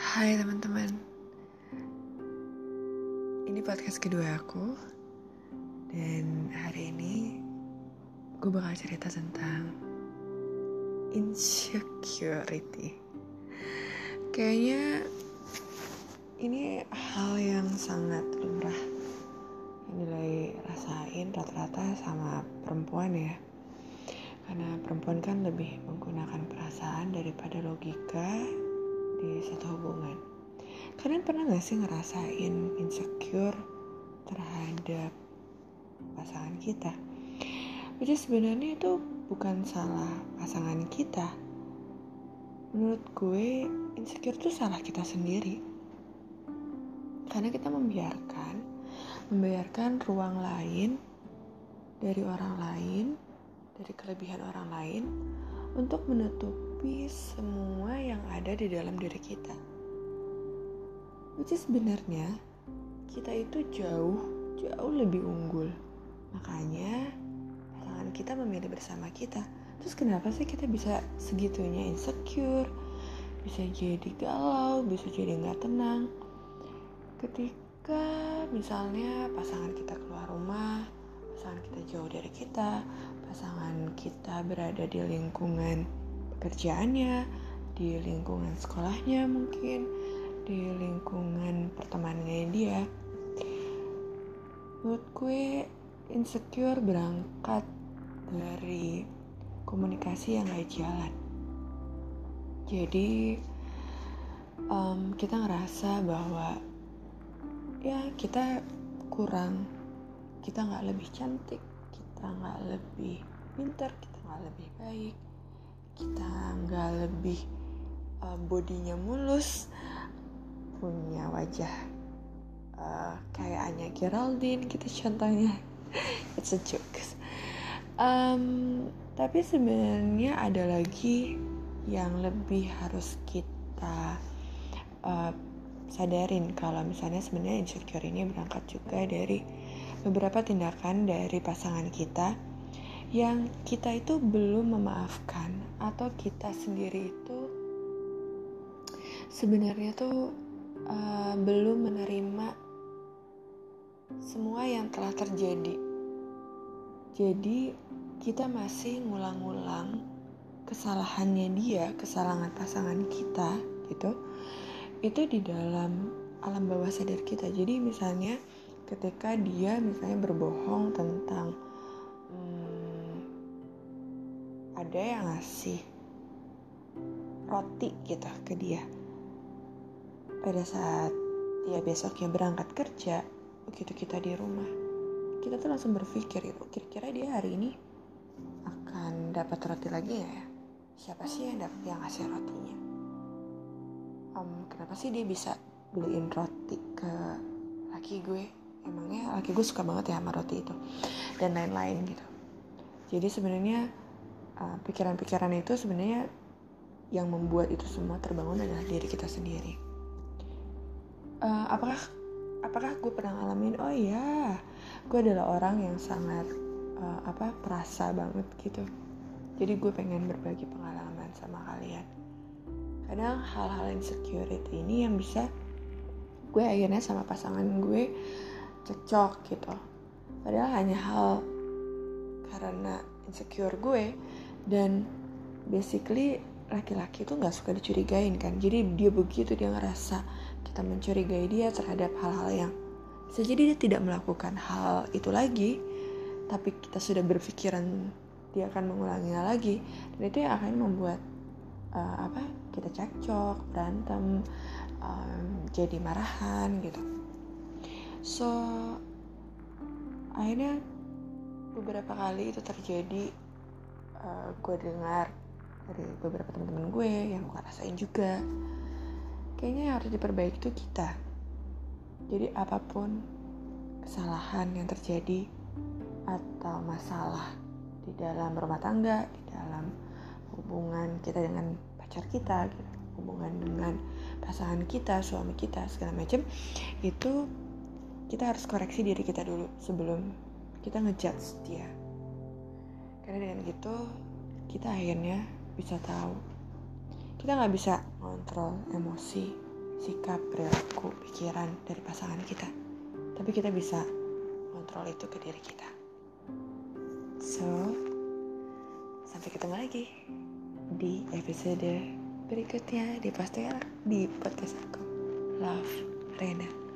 Hai teman-teman, ini podcast kedua aku. Dan hari ini gue bakal cerita tentang insecurity. Kayaknya ini hal yang sangat lumrah yang dirasain rata-rata sama perempuan ya. Karena perempuan kan lebih menggunakan perasaan daripada logika di satu hubungan. Kalian pernah gak sih ngerasain insecure terhadap pasangan kita? Which is sebenarnya itu bukan salah pasangan kita. Menurut gue insecure itu salah kita sendiri. Karena kita membiarkan ruang lain dari orang lain, dari kelebihan orang lain untuk menutupi semua yang ada di dalam diri kita. Which is sebenarnya kita itu jauh lebih unggul. Makanya pasangan kita memilih bersama kita. Terus kenapa sih kita bisa segitunya insecure, bisa jadi galau, bisa jadi gak tenang ketika misalnya pasangan kita keluar rumah, pasangan kita jauh dari kita, pasangan kita berada di lingkungan pekerjaannya, di lingkungan sekolahnya mungkin, di lingkungan pertemanannya dia. Menurut gue insecure berangkat dari komunikasi yang gak jalan. Jadi kita ngerasa bahwa ya kita kurang, kita gak lebih cantik, kita gak lebih pintar, kita gak lebih baik, kita gak lebih bodinya mulus, punya wajah kayak Anya Geraldine gitu contohnya. It's a joke. Tapi sebenarnya ada lagi yang lebih harus kita sadarin, kalau misalnya sebenarnya insecure ini berangkat juga dari beberapa tindakan dari pasangan kita yang kita itu belum memaafkan, atau kita sendiri itu sebenarnya tuh belum menerima semua yang telah terjadi. Jadi kita masih ngulang-ngulang kesalahannya dia, kesalahan pasangan kita gitu. Itu di dalam alam bawah sadar kita. Jadi misalnya ketika dia misalnya berbohong tentang ada yang ngasih roti gitu ke dia, pada saat dia besoknya berangkat kerja, begitu kita di rumah, kita tuh langsung berpikir itu, kira-kira dia hari ini akan dapat roti lagi gak ya? Siapa sih yang ngasih rotinya? Kenapa sih dia bisa beliin roti ke laki gue? Emangnya laki gue suka banget ya sama roti itu? Dan lain-lain gitu. Jadi sebenarnya pikiran-pikiran itu sebenarnya yang membuat itu semua terbangun adalah diri kita sendiri. Apakah gue pernah ngalamin? Oh iya, gue adalah orang yang sangat perasa banget gitu. Jadi gue pengen berbagi pengalaman sama kalian. Kadang hal-hal insecurity ini yang bisa gue akhirnya sama pasangan gue cocok gitu. Padahal hanya hal karena insecure gue, dan basically laki-laki tuh gak suka dicurigain kan. Jadi dia begitu dia ngerasa kita mencurigai dia terhadap hal-hal yang bisa jadi dia tidak melakukan hal itu lagi, tapi kita sudah berpikiran dia akan mengulanginya lagi, dan itu yang akan membuat kita cekcok, berantem, jadi marahan gitu. So akhirnya beberapa kali itu terjadi. Gue dengar dari beberapa teman-teman gue yang gue rasain juga, kayaknya yang harus diperbaiki itu kita. Jadi apapun kesalahan yang terjadi atau masalah di dalam rumah tangga, di dalam hubungan kita dengan pacar kita gitu, hubungan dengan pasangan kita, suami kita, segala macam, itu kita harus koreksi diri kita dulu sebelum kita ngejudge dia. Karena dengan gitu kita akhirnya bisa tahu, kita gak bisa ngontrol emosi sikap, perilaku, pikiran dari pasangan kita. Tapi kita bisa kontrol itu ke diri kita. So, sampai ketemu lagi di episode berikutnya di podcast aku. Love, Rena.